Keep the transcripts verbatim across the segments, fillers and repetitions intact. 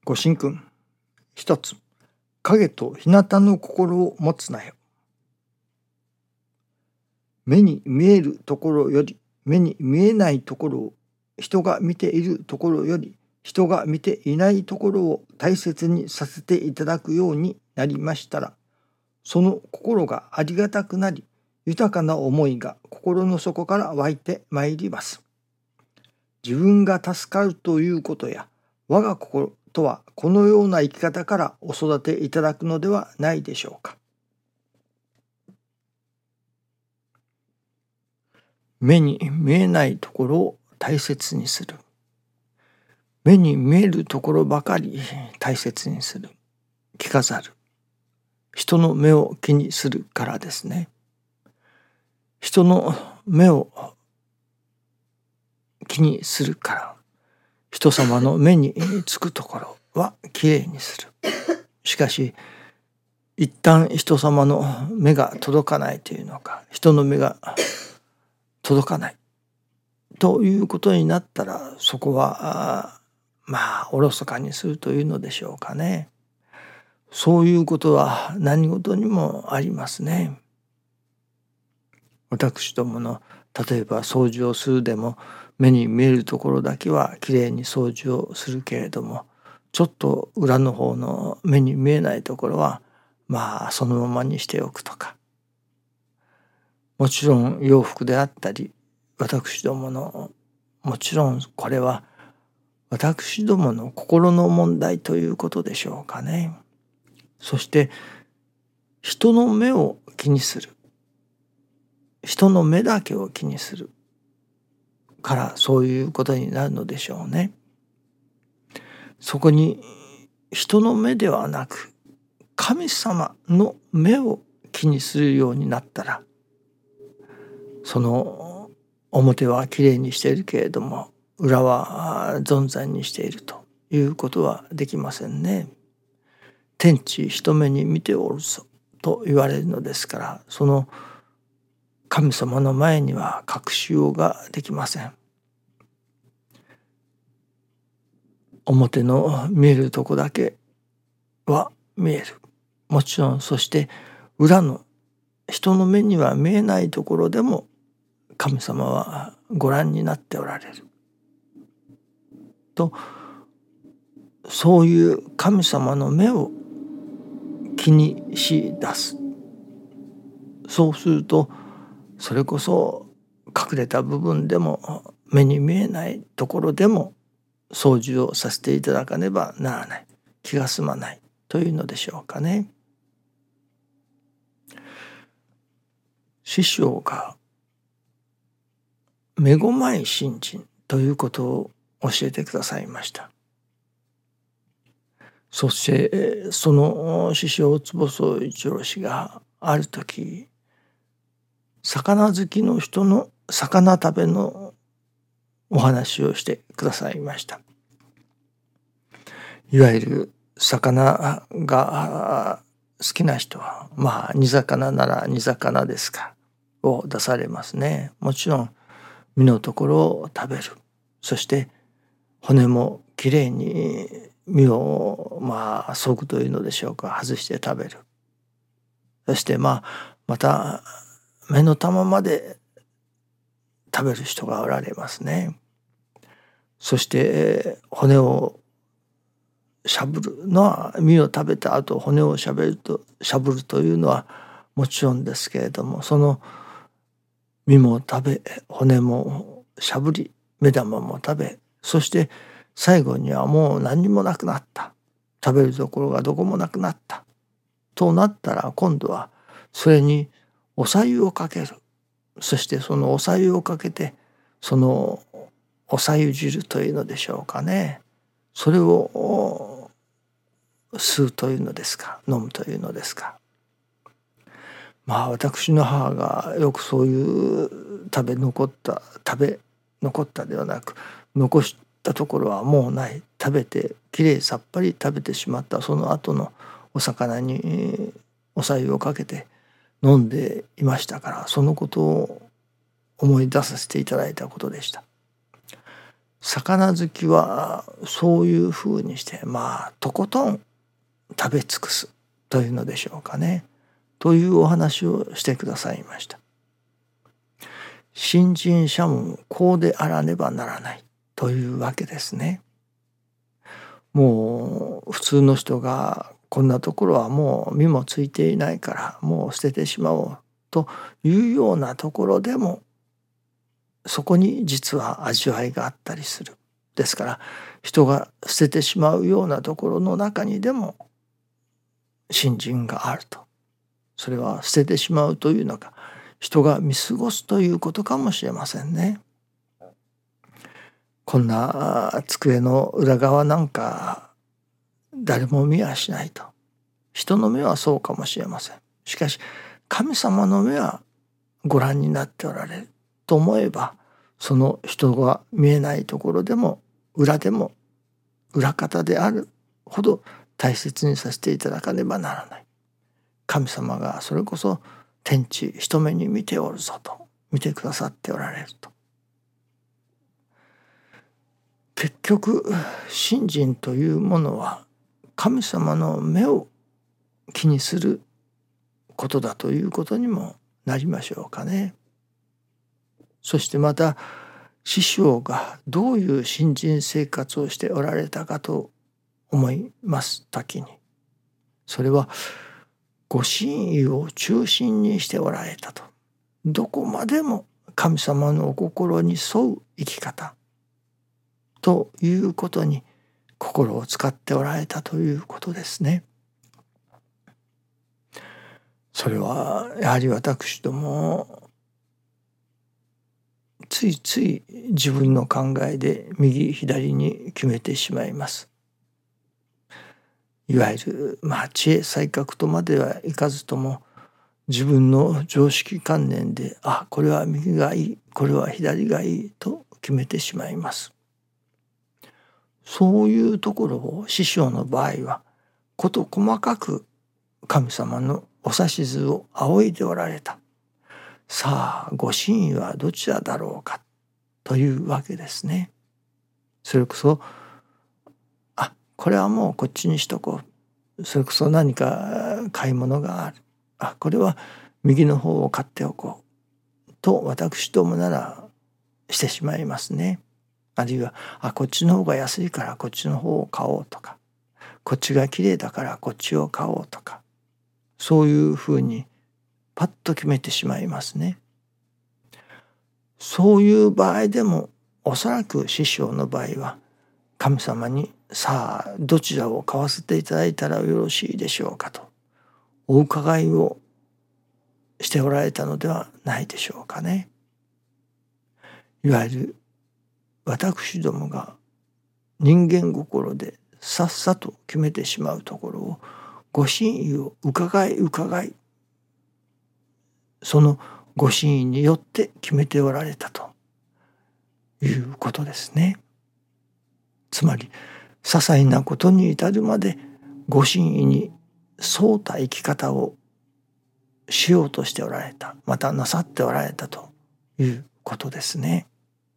ご神君。一つ、影と日向の心を持つなよ。目に見えるところより目に見えないところを、人が見ているところより人が見ていないところを大切にさせていただくようになりましたら、その心がありがたくなり、豊かな思いが心の底から湧いてまいります。自分が助かるということや、我が心とはこのような生き方からお育ていただくのではないでしょうか。目に見えないところを大切にする。目に見えるところばかり大切にする。着飾る。人の目を気にするからですね。人の目を気にするから、人様の目につくところはきれいにする。しかし一旦人様の目が届かないというのか、人の目が届かないということになったら、そこはまあおろそかにするというのでしょうかね。そういうことは何事にもありますね。私どもの例えば掃除をするでも、目に見えるところだけはきれいに掃除をするけれども、ちょっと裏の方の目に見えないところはまあそのままにしておくとか、もちろん洋服であったり、私どものもちろんこれは私どもの心の問題ということでしょうかね。そして人の目を気にする、人の目だけを気にするからそういうことになるのでしょうね。そこに人の目ではなく神様の目を気にするようになったら、その表はきれいにしているけれども裏は存在にしているということはできませんね。天地一目に見ておるぞと言われるのですから、その神様の前には隠しようができません。表の見えるとこだけは見える。もちろんそして裏の人の目には見えないところでも神様はご覧になっておられると、そういう神様の目を気にし出す。そうするとそれこそ隠れた部分でも目に見えないところでも掃除をさせていただかねばならない、気が済まないというのでしょうかね。師匠がめごまい信心ということを教えてくださいました。そしてその師匠坪宗一郎氏がある時、魚好きの人の魚食べのお話をしてくださいました。いわゆる魚が好きな人はまあ煮魚なら煮魚ですかを出されますね。もちろん身のところを食べる。そして骨もきれいに身をまあそぐというのでしょうか、外して食べる。そしてまあまた目の玉まで食べる人がおられますね。そして骨をしゃぶるのは、身を食べた後骨をしゃべるとしゃぶるというのはもちろんですけれども、その身も食べ骨もしゃぶり目玉も食べ、そして最後にはもう何にもなくなった、食べるところがどこもなくなったとなったら、今度はそれにお白湯をかける。そしてそのお白湯をかけて、そのお白湯汁というのでしょうかね、それを吸うというのですか、飲むというのですか。まあ私の母がよくそういう食べ残った食べ残ったではなく残したところはもうない、食べてきれいさっぱり食べてしまったその後のお魚にお白湯をかけて飲んでいましたから、そのことを思い出させていただいたことでした。 魚好きはそういうふうにしてまあとことん食べ尽くすというのでしょうかね、というお話をしてくださいました。信心者もこうであらねばならないというわけですね。もう普通の人がこんなところはもう実もついていないからもう捨ててしまおうというようなところでもそこに実は味わいがあったりする。ですから人が捨ててしまうようなところの中にでも信心があると。それは捨ててしまうというのか人が見過ごすということかもしれませんね。こんな机の裏側なんか誰も見やしないと。人の目はそうかもしれません。しかし神様の目はご覧になっておられると思えば、その人が見えないところでも裏でも裏方であるほど大切にさせていただかねばならない。神様がそれこそ天地一目に見ておるぞと見てくださっておられると。結局信心というものは神様の目を気にすることだということにもなりましょうかね。そしてまた師匠がどういう信心生活をしておられたかと思います時に、それはご真意を中心にしておられたと。どこまでも神様のお心に沿う生き方ということに心を使っておられたということですね。それはやはり私どもついつい自分の考えで右左に決めてしまいます。いわゆるまあ知恵才覚とまではいかずとも自分の常識観念であこれは右がいいこれは左がいいと決めてしまいます。そういうところを師匠の場合は事細かく神様のお指図を仰いでおられた。さあご真意はどちらだろうかというわけですね。それこそあこれはもうこっちにしとこう。それこそ何か買い物がある。あこれは右の方を買っておこうと私どもならしてしまいますね。あるいはあこっちの方が安いからこっちの方を買おうとか、こっちが綺麗だからこっちを買おうとか、そういうふうにパッと決めてしまいますね。そういう場合でもおそらく師匠の場合は神様にさあどちらを買わせていただいたらよろしいでしょうかとお伺いをしておられたのではないでしょうかね。いわゆる私どもが人間心でさっさと決めてしまうところをご真意を伺い伺いそのご真意によって決めておられたということですね。つまり些細なことに至るまでご真意に沿った生き方をしようとしておられた、またなさっておられたということですね。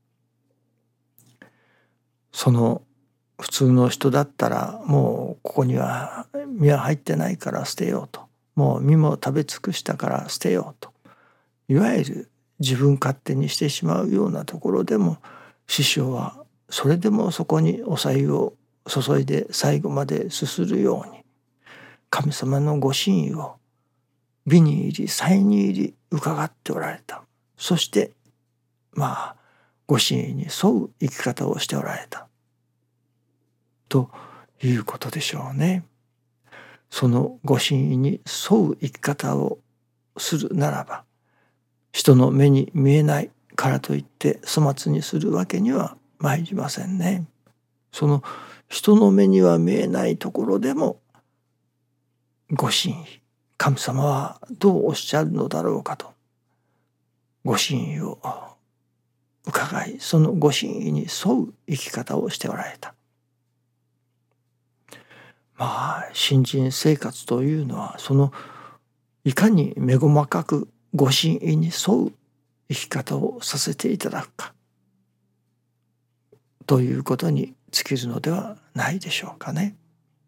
その普通の人だったらもうここには実は入ってないから捨てようと、もう実も食べ尽くしたから捨てようと、いわゆる自分勝手にしてしまうようなところでも師匠はそれでもそこにお白湯を注いで最後まですするように神様のご真意を美に入り才に入り伺っておられた。そしてまあご真意に沿う生き方をしておられたということでしょうね。そのご真意に沿う生き方をするならば人の目に見えないからといって粗末にするわけには参りませんね。その人の目には見えないところでもご真意、神様はどうおっしゃるのだろうかとご真意を伺い、そのご真意に沿う生き方をしておられた。まあ信心生活というのはそのいかに目細かくご真意に沿う生き方をさせていただくかということに尽きるのではないでしょうかね。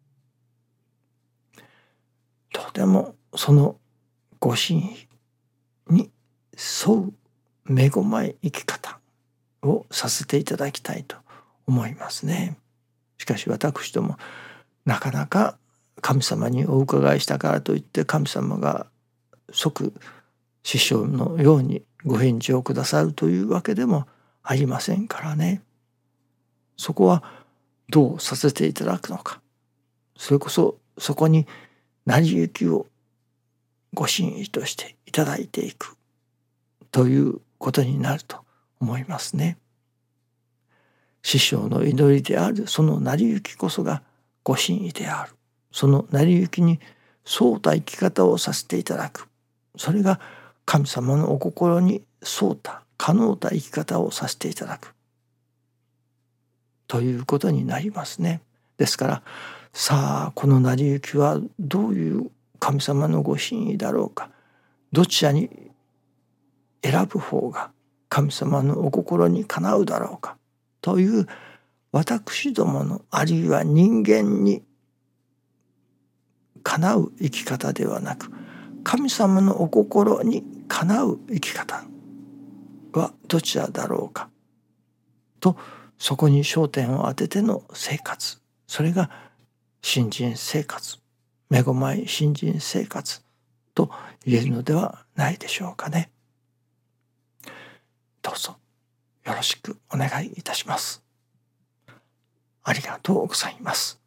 とてもそのご真意に沿う恵まい生き方をさせていただきたいと思いますね。しかし私どもなかなか神様にお伺いしたからといって神様が即師匠のようにご返事をくださるというわけでもありませんからね。そこはどうさせていただくのか、それこそそこに成り行きをご真意としていただいていくということになると思いますね。師匠の祈りであるその成り行きこそがご真意である。その成り行きに沿った生き方をさせていただく。それが神様のお心に沿った可能な生き方をさせていただくということになりますね。ですからさあこの成り行きはどういう神様のご真意だろうか、どちらに選ぶ方が神様のお心にかなうだろうかという私どものあるいは人間にかなう生き方ではなく、神様のお心にかなう生き方はどちらだろうかと、そこに焦点を当てての生活、それが信心生活、恵まい信心生活と言えるのではないでしょうかね。どうぞよろしくお願いいたします。ありがとうございます。